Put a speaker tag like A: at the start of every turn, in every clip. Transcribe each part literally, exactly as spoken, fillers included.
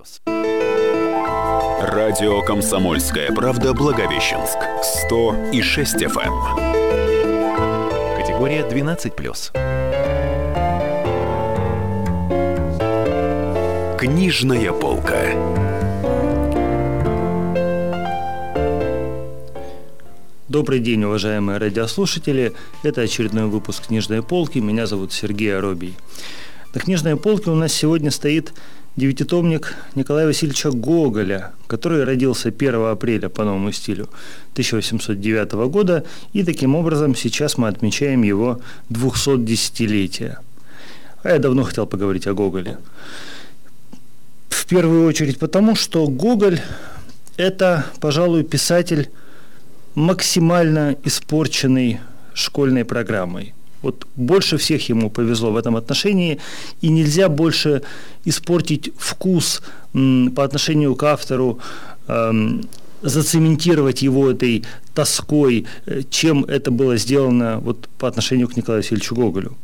A: плюс. Радио «Комсомольская правда» Благовещенск. сто и шесть эф эм.
B: Категория двенадцать плюс.
A: Книжная полка.
C: Добрый день, уважаемые радиослушатели. Это очередной выпуск «Книжной полки». Меня зовут Сергей Оробий. На книжной полке у нас сегодня стоит девятитомник Николая Васильевича Гоголя, который родился первого апреля по новому стилю тысяча восемьсот девятого года, и таким образом сейчас мы отмечаем его двухсотдесятилетие. А я давно хотел поговорить о Гоголе. В первую очередь потому, что Гоголь – это, пожалуй, писатель, максимально испорченный школьной программой. Вот больше всех ему повезло в этом отношении, и нельзя больше испортить вкус м, по отношению к автору, эм, зацементировать его этой тоской, чем это было сделано вот, по отношению к Николаю Васильевичу Гоголю.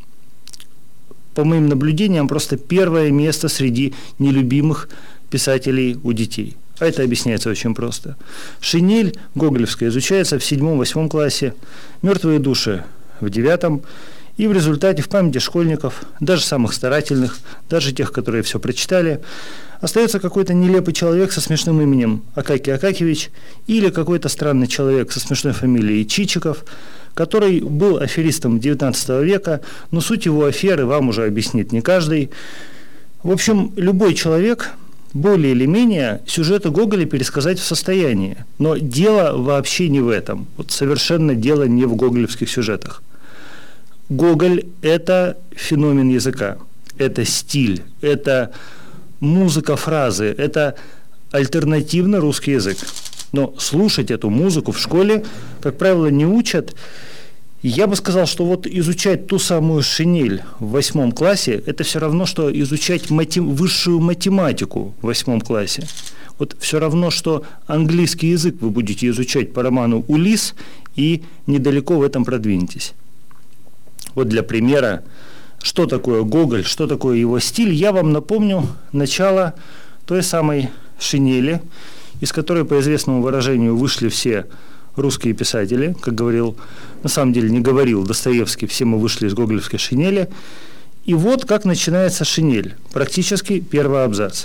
C: По моим наблюдениям, просто первое место среди нелюбимых писателей у детей. А это объясняется очень просто. «Шинель» гоголевская изучается в седьмом-восьмом классе, «Мертвые души» в девятом, и в результате в памяти школьников, даже самых старательных, даже тех, которые все прочитали, остается какой-то нелепый человек со смешным именем Акакий Акакевич или какой-то странный человек со смешной фамилией Чичиков, который был аферистом девятнадцатого века, но суть его аферы вам уже объяснит не каждый. В общем, любой человек более или менее сюжеты Гоголя пересказать в состоянии. Но дело вообще не в этом. Вот совершенно дело не в гоголевских сюжетах. Гоголь – это феномен языка, это стиль, это музыка фразы, это альтернативно русский язык. Но слушать эту музыку в школе, как правило, не учат. Я бы сказал, что вот изучать ту самую «Шинель» в восьмом классе – это все равно, что изучать мати- высшую математику в восьмом классе. Вот все равно, что английский язык вы будете изучать по роману «Улисс» и недалеко в этом продвинетесь. Вот для примера, что такое Гоголь, что такое его стиль, я вам напомню начало той самой «Шинели», из которой, по известному выражению, вышли все русские писатели, как говорил, на самом деле не говорил Достоевский, все мы вышли из гоголевской «Шинели». И вот как начинается «Шинель», практически первый абзац.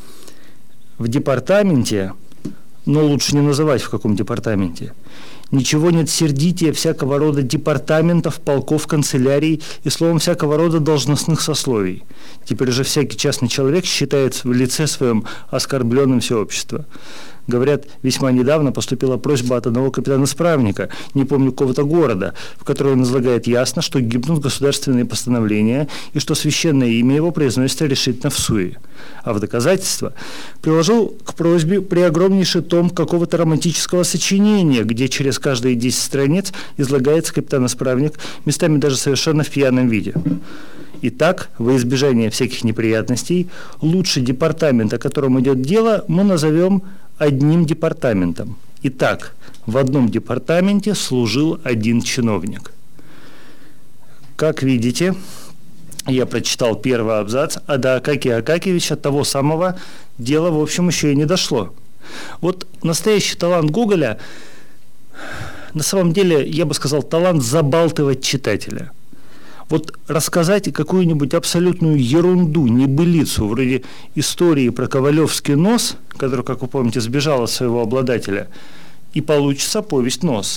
C: В департаменте, но лучше не называть в каком департаменте, ничего нет сердития всякого рода департаментов, полков, канцелярий и, словом, всякого рода должностных сословий. Теперь уже всякий частный человек считается в лице своем оскорбленным все общество. Говорят, весьма недавно поступила просьба от одного капитана-справника, не помню какого-то города, в которой он излагает ясно, что гибнут государственные постановления и что священное имя его произносится решительно в суе. А в доказательство приложил к просьбе преогромнейший том какого-то романтического сочинения, где через каждые десять страниц излагается капитан-справник, местами даже совершенно в пьяном виде. Итак, во избежание всяких неприятностей, лучший департамент, о котором идет дело, мы назовем одним департаментом. Итак, в одном департаменте служил один чиновник. Как видите, я прочитал первый абзац, а до Акакия Акакевича, того самого, дело, в общем, еще и не дошло. Вот настоящий талант Гоголя, на самом деле, я бы сказал, талант забалтывать читателя. Вот рассказать какую-нибудь абсолютную ерунду, небылицу, вроде истории про ковалевский нос, который, как вы помните, сбежал от своего обладателя, и получится повесть «Нос».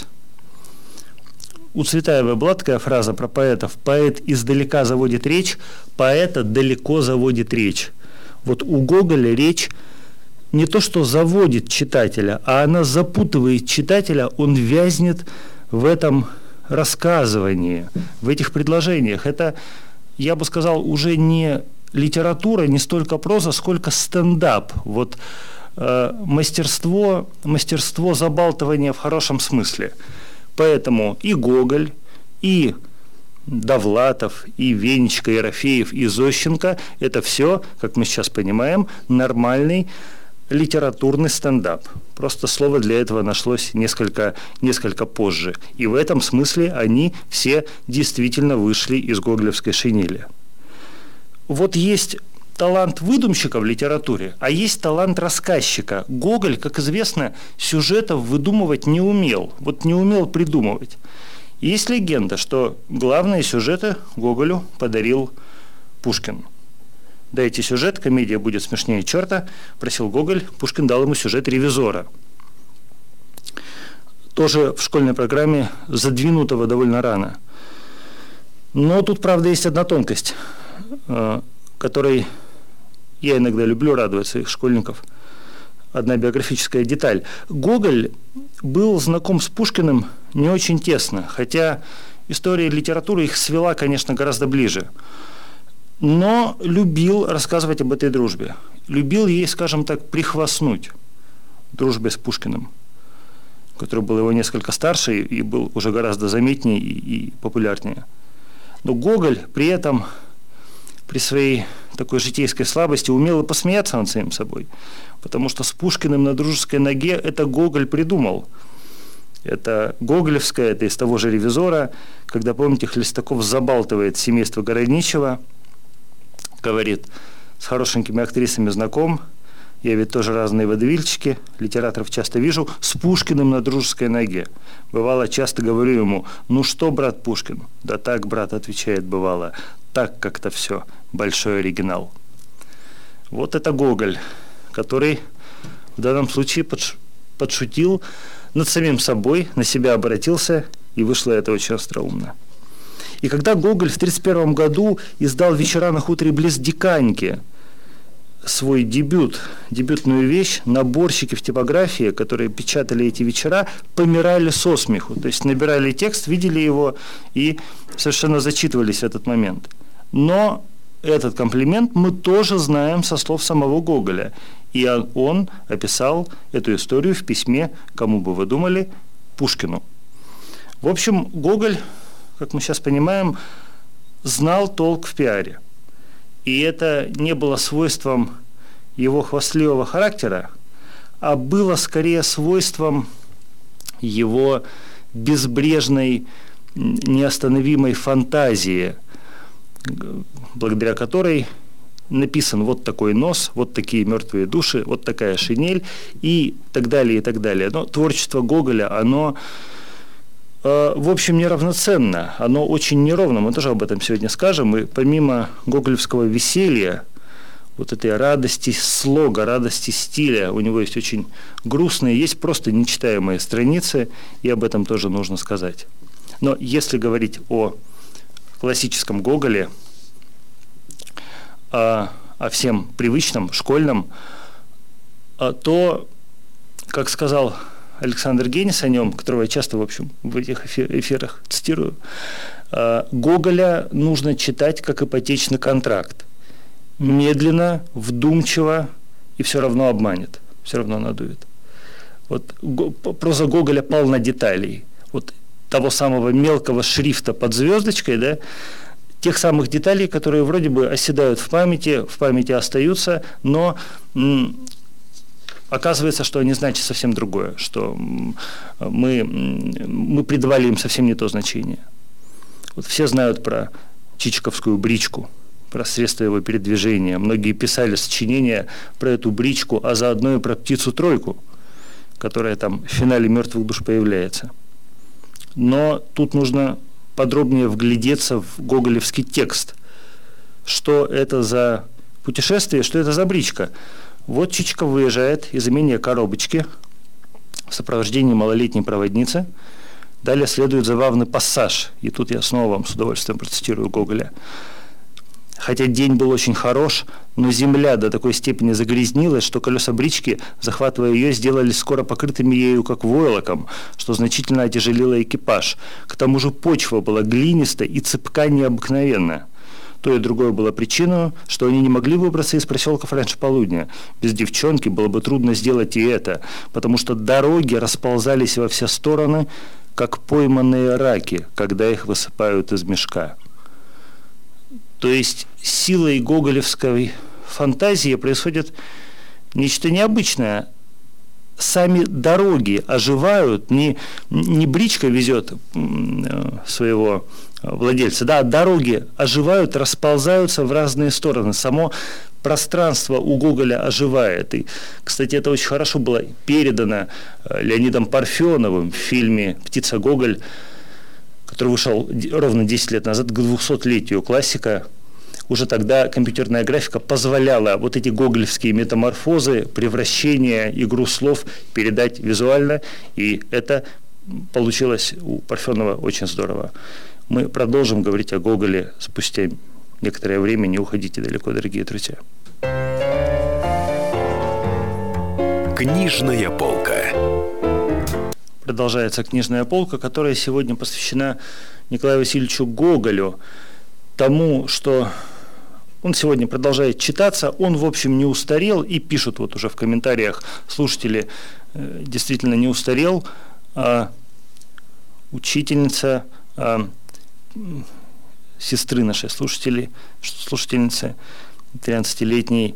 C: У Цветаевой была такая фраза про поэтов: «Поэт издалека заводит речь, поэта далеко заводит речь». Вот у Гоголя речь не то что заводит читателя, а она запутывает читателя, он вязнет в этом рассказывании, в этих предложениях. Это, я бы сказал, уже не литература, не столько проза, сколько стендап. Вот э, мастерство, мастерство забалтывания в хорошем смысле. Поэтому и Гоголь, и Довлатов, и Венечка, и Ерофеев, и Зощенко – это все, как мы сейчас понимаем, нормальный литературный стендап. Просто слово для этого нашлось несколько, несколько позже. И в этом смысле они все действительно вышли из гоголевской «Шинели». Вот есть талант выдумщика в литературе, а есть талант рассказчика. Гоголь, как известно, сюжетов выдумывать не умел. Вот не умел придумывать. И есть легенда, что главные сюжеты Гоголю подарил Пушкин. «Дайте сюжет, комедия будет смешнее черта», просил Гоголь, Пушкин дал ему сюжет «Ревизора». Тоже в школьной программе задвинутого довольно рано. Но тут, правда, есть одна тонкость, которой я иногда люблю радовать своих школьников. Одна биографическая деталь. Гоголь был знаком с Пушкиным не очень тесно, хотя история литературы их свела, конечно, гораздо ближе. Но любил рассказывать об этой дружбе. Любил ей, скажем так, прихвастнуть дружбе с Пушкиным, который был его несколько старше и был уже гораздо заметнее и популярнее. Но Гоголь при этом, при своей такой житейской слабости, умел и посмеяться над самим собой, потому что с Пушкиным на дружеской ноге это Гоголь придумал. Это гоголевское, это из того же «Ревизора», когда, помните, Хлестаков забалтывает семейство Городничева, говорит: с хорошенькими актрисами знаком, я ведь тоже разные водевильчики, литераторов часто вижу, с Пушкиным на дружеской ноге. Бывало, часто говорю ему: ну что, брат Пушкин? Да так, брат, отвечает, бывало, так как-то все, большой оригинал. Вот это Гоголь, который в данном случае подш... подшутил над самим собой, на себя обратился, и вышло это очень остроумно. И когда Гоголь в тридцать первом году издал «Вечера на хуторе близ Диканьки», свой дебют, дебютную вещь, наборщики в типографии, которые печатали эти вечера, помирали со смеху. То есть набирали текст, видели его и совершенно зачитывались в этот момент. Но этот комплимент мы тоже знаем со слов самого Гоголя. И он описал эту историю в письме, кому бы вы думали, Пушкину. В общем, Гоголь, как мы сейчас понимаем, знал толк в пиаре. И это не было свойством его хвастливого характера, а было скорее свойством его безбрежной, неостановимой фантазии, благодаря которой написан вот такой нос, вот такие мертвые души, вот такая шинель и так далее, и так далее. Но творчество Гоголя, оно, э, в общем, неравноценно, оно очень неровно, мы тоже об этом сегодня скажем, и помимо гоголевского веселья, вот этой радости слога, радости стиля, у него есть очень грустные, есть просто нечитаемые страницы, и об этом тоже нужно сказать. Но если говорить о классическом Гоголе, о, о всем привычном, школьном, то, как сказал Александр Генис о нем, которого я часто, в общем, в этих эфирах цитирую, Гоголя нужно читать как ипотечный контракт. Медленно, вдумчиво, и все равно обманет, все равно надует. Вот проза Гоголя полна деталей. Вот того самого мелкого шрифта под звездочкой, да, тех самых деталей, которые вроде бы оседают в памяти, в памяти остаются, но м, оказывается, что они значат совсем другое, что м, мы, мы придавали им совсем не то значение. Вот все знают про чичковскую бричку, про средства его передвижения. Многие писали сочинения про эту бричку, а заодно и про птицу-тройку, которая там в финале «Мертвых душ» появляется. Но тут нужно подробнее вглядеться в гоголевский текст. Что это за путешествие, что это за бричка? Вот Чичиков выезжает из имения Коробочки в сопровождении малолетней проводницы. Далее следует забавный пассаж. И тут я снова вам с удовольствием процитирую Гоголя. Хотя день был очень хорош, но земля до такой степени загрязнилась, что колеса брички, захватывая ее, сделались скоро покрытыми ею как войлоком, что значительно отяжелило экипаж. К тому же почва была глинистая и цепка необыкновенная. То и другое было причиной, что они не могли выбраться из проселков раньше полудня. Без девчонки было бы трудно сделать и это, потому что дороги расползались во все стороны, как пойманные раки, когда их высыпают из мешка. То есть силой гоголевской фантазии происходит нечто необычное. Сами дороги оживают, не, не бричка везет своего владельца, да, дороги оживают, расползаются в разные стороны. Само пространство у Гоголя оживает. И, кстати, это очень хорошо было передано Леонидом Парфеновым в фильме «Птица Гоголь», который вышел ровно десять лет назад, к двухсотлетию классика. Уже тогда компьютерная графика позволяла вот эти гоголевские метаморфозы, превращения, игру слов передать визуально, и это получилось у Парфенова очень здорово. Мы продолжим говорить о Гоголе спустя некоторое время. Не уходите далеко, дорогие друзья.
A: Книжная полка.
C: Продолжается книжная полка, которая сегодня посвящена Николаю Васильевичу Гоголю, тому, что он сегодня продолжает читаться, он, в общем, не устарел, и пишут вот уже в комментариях слушатели, действительно не устарел, а учительница, а сестры нашей слушатели, слушательницы тринадцатилетней,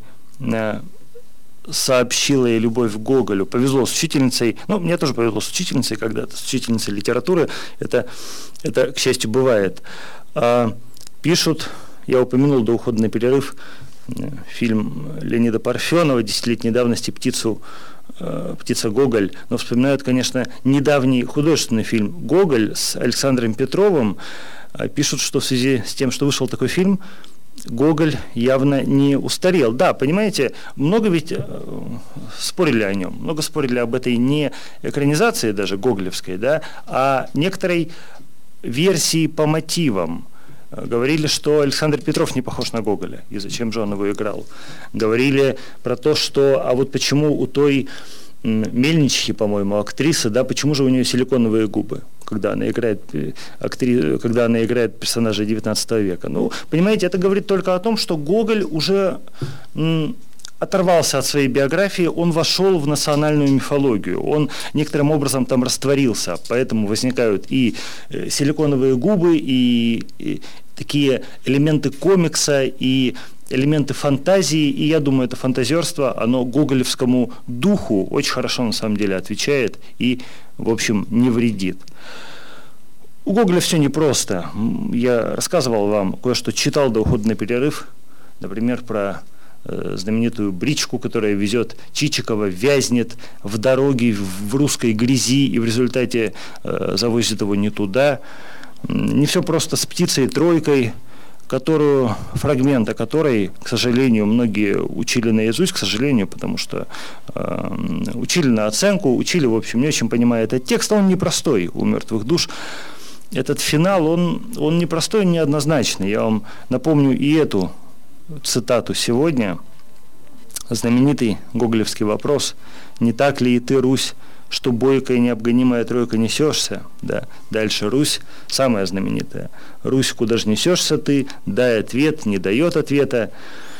C: сообщила ей любовь к Гоголю. Повезло с учительницей, ну, мне тоже повезло с учительницей когда-то, с учительницей литературы, это, это к счастью, бывает. А, пишут, я упомянул до ухода на перерыв фильм Леонида Парфенова десятилетней давности «Птицу, э, «Птица Гоголь», но вспоминают, конечно, недавний художественный фильм «Гоголь» с Александром Петровым. А, пишут, что в связи с тем, что вышел такой фильм, Гоголь явно не устарел. Да, понимаете, много ведь э, спорили о нем, много спорили об этой не экранизации даже гоголевской, да, а некоторой версии по мотивам. Говорили, что Александр Петров не похож на Гоголя, и зачем же он его играл. Говорили про то, что, а вот почему у той Мельничихи, по-моему, актрисы, да, почему же у нее силиконовые губы, когда она играет, актри... когда она играет персонажа девятнадцатого века. Ну, понимаете, это говорит только о том, что Гоголь уже м, оторвался от своей биографии, он вошел в национальную мифологию, он некоторым образом там растворился, поэтому возникают и силиконовые губы, и, и такие элементы комикса, и элементы фантазии, и я думаю, это фантазерство, оно гоголевскому духу очень хорошо на самом деле отвечает и, в общем, не вредит. У Гоголя все непросто. Я рассказывал вам, кое-что читал до ухода на перерыв, например, про э, знаменитую бричку, которая везет Чичикова, вязнет в дороге, в русской грязи, и в результате э, завозит его не туда. Не все просто с птицей тройкой, которую, фрагмента которой, к сожалению, многие учили наизусть, к сожалению, потому что э, учили на оценку, учили, в общем, не очень понимая этот текст, а он непростой у «Мертвых душ». Этот финал, он, он непростой, неоднозначный. Я вам напомню и эту цитату сегодня. Знаменитый гоголевский вопрос: «Не так ли и ты, Русь, что бойкая необгонимая тройка несешься?» Да. Дальше Русь, самая знаменитая. «Русь, куда же несешься ты? Дай ответ», не дает ответа.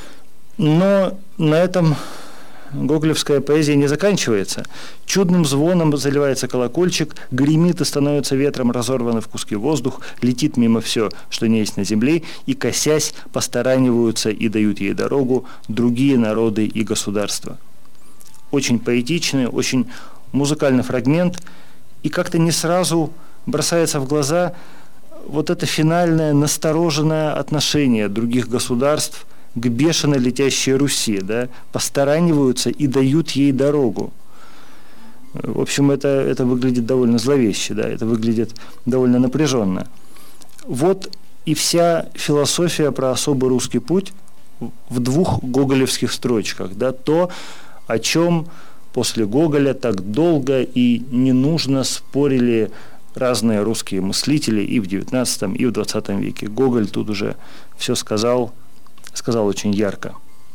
C: Но на этом гоголевская поэзия не заканчивается. Чудным звоном заливается колокольчик, гремит и становится ветром разорванный в куски воздух, летит мимо все, что не есть на земле, и, косясь, постараниваются и дают ей дорогу другие народы и государства. Очень поэтичный, очень музыкальный фрагмент, и как-то не сразу бросается в глаза вот это финальное настороженное отношение других государств к бешено летящей Руси, да, постараниваются и дают ей дорогу. В общем, это, это выглядит довольно зловеще, да, это выглядит довольно напряженно. Вот и вся философия про особый русский путь в двух гоголевских строчках, да, то, о чем после Гоголя так долго и ненужно спорили разные русские мыслители и в девятнадцатом, и в двадцатом веке. Гоголь тут уже все сказал, сказал очень ярко.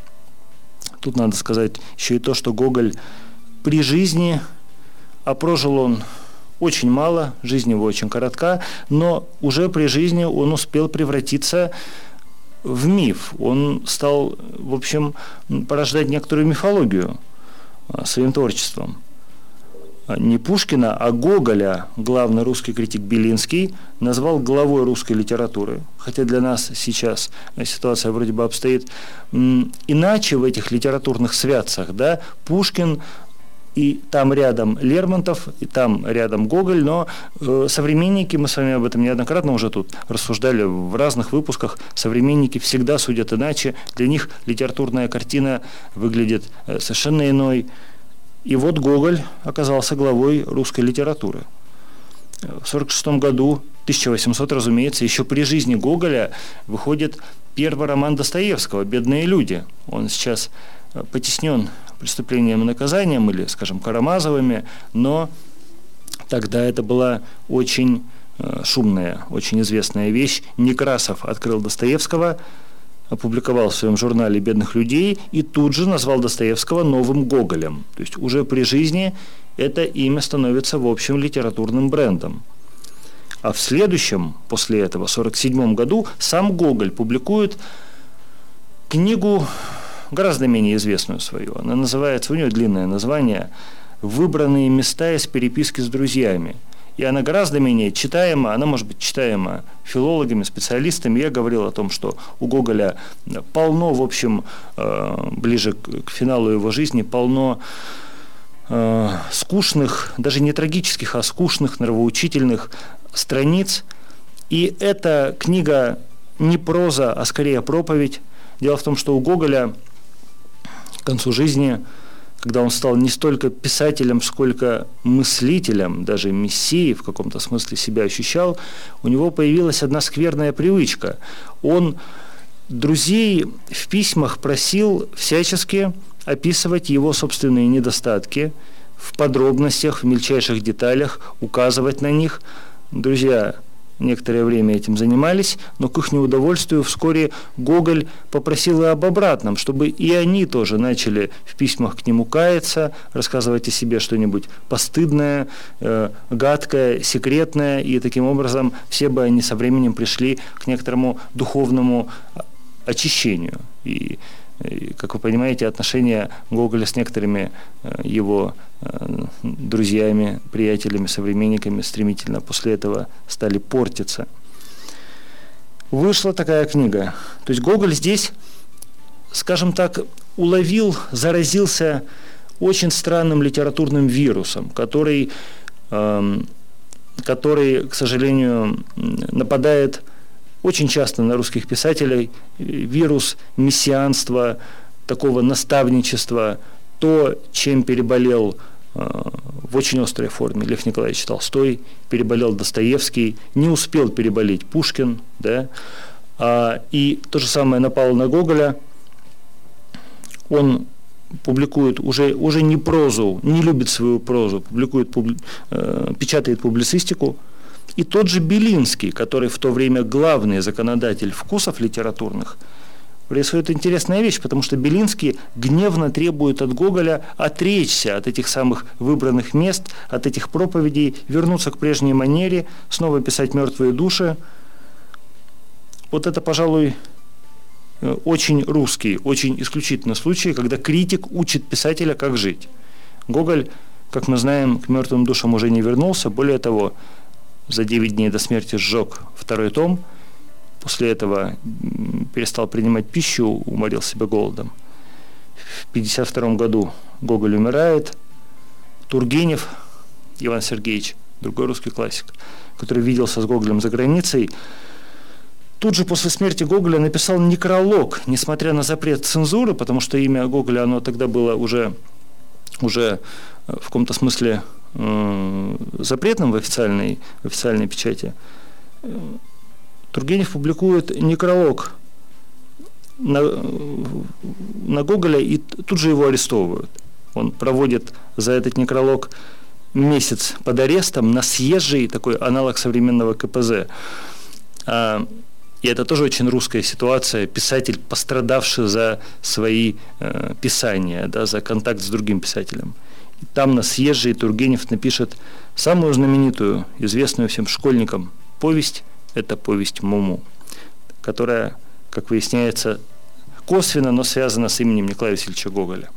C: Тут надо сказать еще и то, что Гоголь при жизни, а прожил он очень мало, жизнь его очень коротка, но уже при жизни он успел превратиться в миф. Он стал, в общем, порождать некоторую мифологию своим творчеством. Не Пушкина, а Гоголя главный русский критик Белинский назвал главой русской литературы. Хотя для нас сейчас ситуация вроде бы обстоит иначе в этих литературных святцах. Да? Пушкин и там рядом Лермонтов, и там рядом Гоголь, но э, современники, мы с вами об этом неоднократно уже тут рассуждали в разных выпусках, современники всегда судят иначе, для них литературная картина выглядит э, совершенно иной. И вот Гоголь оказался главой русской литературы. В сорок шестом году, тысяча восьмисотом, разумеется, еще при жизни Гоголя выходит первый роман Достоевского «Бедные люди». Он сейчас потеснен преступлением и наказанием, или, скажем, Карамазовыми, но тогда это была очень шумная, очень известная вещь. Некрасов открыл Достоевского, опубликовал в своем журнале «Бедных людей» и тут же назвал Достоевского новым Гоголем. То есть уже при жизни это имя становится, в общем, литературным брендом. А в следующем, после этого, в сорок седьмом году, сам Гоголь публикует книгу, гораздо менее известную свою. Она называется, у нее длинное название «Выбранные места из переписки с друзьями». И она гораздо менее читаема, она может быть читаема филологами, специалистами. Я говорил о том, что у Гоголя полно, в общем, ближе к финалу его жизни, полно скучных, даже не трагических, а скучных, нравоучительных страниц. И эта книга не проза, а скорее проповедь. Дело в том, что у Гоголя к концу жизни, когда он стал не столько писателем, сколько мыслителем, даже мессией в каком-то смысле себя ощущал, у него появилась одна скверная привычка. Он друзей в письмах просил всячески описывать его собственные недостатки, в подробностях, в мельчайших деталях, указывать на них. Друзья некоторое время этим занимались, но к их неудовольствию вскоре Гоголь попросил и об обратном, чтобы и они тоже начали в письмах к нему каяться, рассказывать о себе что-нибудь постыдное, э, гадкое, секретное, и таким образом все бы они со временем пришли к некоторому духовному очищению. И, и как вы понимаете, отношения Гоголя с некоторыми э, его друзьями, приятелями, современниками стремительно после этого стали портиться. Вышла такая книга. То есть Гоголь здесь, скажем так, уловил, заразился очень странным литературным вирусом, который, э, который, к сожалению, нападает очень часто на русских писателей. Вирус мессианства, такого наставничества, то, чем переболел э, в очень острой форме Лев Николаевич Толстой, переболел Достоевский, не успел переболеть Пушкин, да, а, и то же самое напало на Гоголя. Он публикует уже, уже не прозу, не любит свою прозу, публикует, публи, э, печатает публицистику. И тот же Белинский, который в то время главный законодатель вкусов литературных, происходит интересная вещь, потому что Белинский гневно требует от Гоголя отречься от этих самых выбранных мест, от этих проповедей, вернуться к прежней манере, снова писать «Мертвые души». Вот это, пожалуй, очень русский, очень исключительный случай, когда критик учит писателя, как жить. Гоголь, как мы знаем, к «Мертвым душам» уже не вернулся. Более того, за девять дней до смерти сжег второй том. После этого перестал принимать пищу, уморил себя голодом. В пятьдесят втором году Гоголь умирает. Тургенев Иван Сергеевич, другой русский классик, который виделся с Гоголем за границей, тут же после смерти Гоголя написал некролог, несмотря на запрет цензуры, потому что имя Гоголя, оно тогда было уже, уже в каком-то смысле э, запретным в официальной, в официальной печати. Тургенев публикует некролог на, на Гоголя, и тут же его арестовывают. Он проводит за этот некролог месяц под арестом на съезжий, такой аналог современного ка пэ зэ. А, и это тоже очень русская ситуация. Писатель, пострадавший за свои э, писания, да, за контакт с другим писателем. И там на съезжий Тургенев напишет самую знаменитую, известную всем школьникам повесть. Это повесть «Муму», которая, как выясняется, косвенно, но связана с именем Николая Васильевича Гоголя.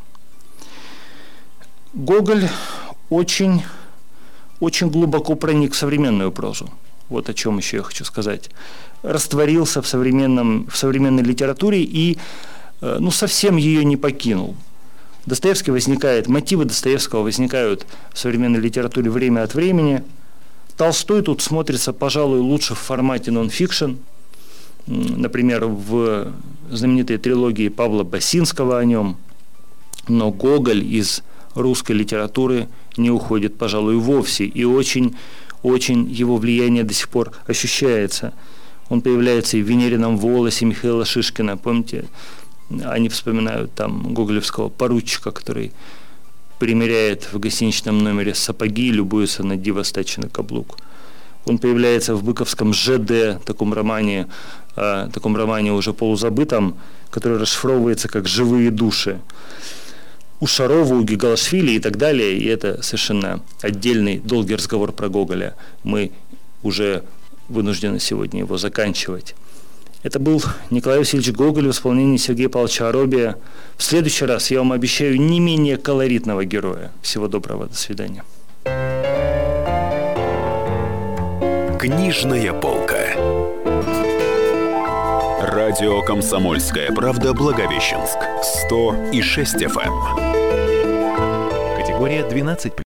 C: Гоголь очень, очень глубоко проник в современную прозу. Вот о чем еще я хочу сказать. Растворился в, современном, в современной литературе и ну, совсем ее не покинул. Достоевский возникает, мотивы Достоевского возникают в современной литературе время от времени. Толстой тут смотрится, пожалуй, лучше в формате нон-фикшн. Например, в знаменитой трилогии Павла Басинского о нем. Но Гоголь из русской литературы не уходит, пожалуй, вовсе. И очень-очень его влияние до сих пор ощущается. Он появляется и в «Венерином волосе» Михаила Шишкина. Помните, они вспоминают там гоголевского поручика, который примеряет в гостиничном номере сапоги и любуется на диво стаченный каблук. Он появляется в быковском «ЖД», таком романе, э, таком романе уже полузабытом, который расшифровывается как «Живые души». У Шарова, у Гигалашвили и так далее, и это совершенно отдельный долгий разговор про Гоголя. Мы уже вынуждены сегодня его заканчивать. Это был Николай Васильевич Гоголь в исполнении Сергея Павловича Аробия. В следующий раз я вам обещаю не менее колоритного героя. Всего доброго, до свидания.
A: Книжная полка. Радио «Комсомольская правда» Благовещенск. сто и шесть эф эм. Категория двенадцать.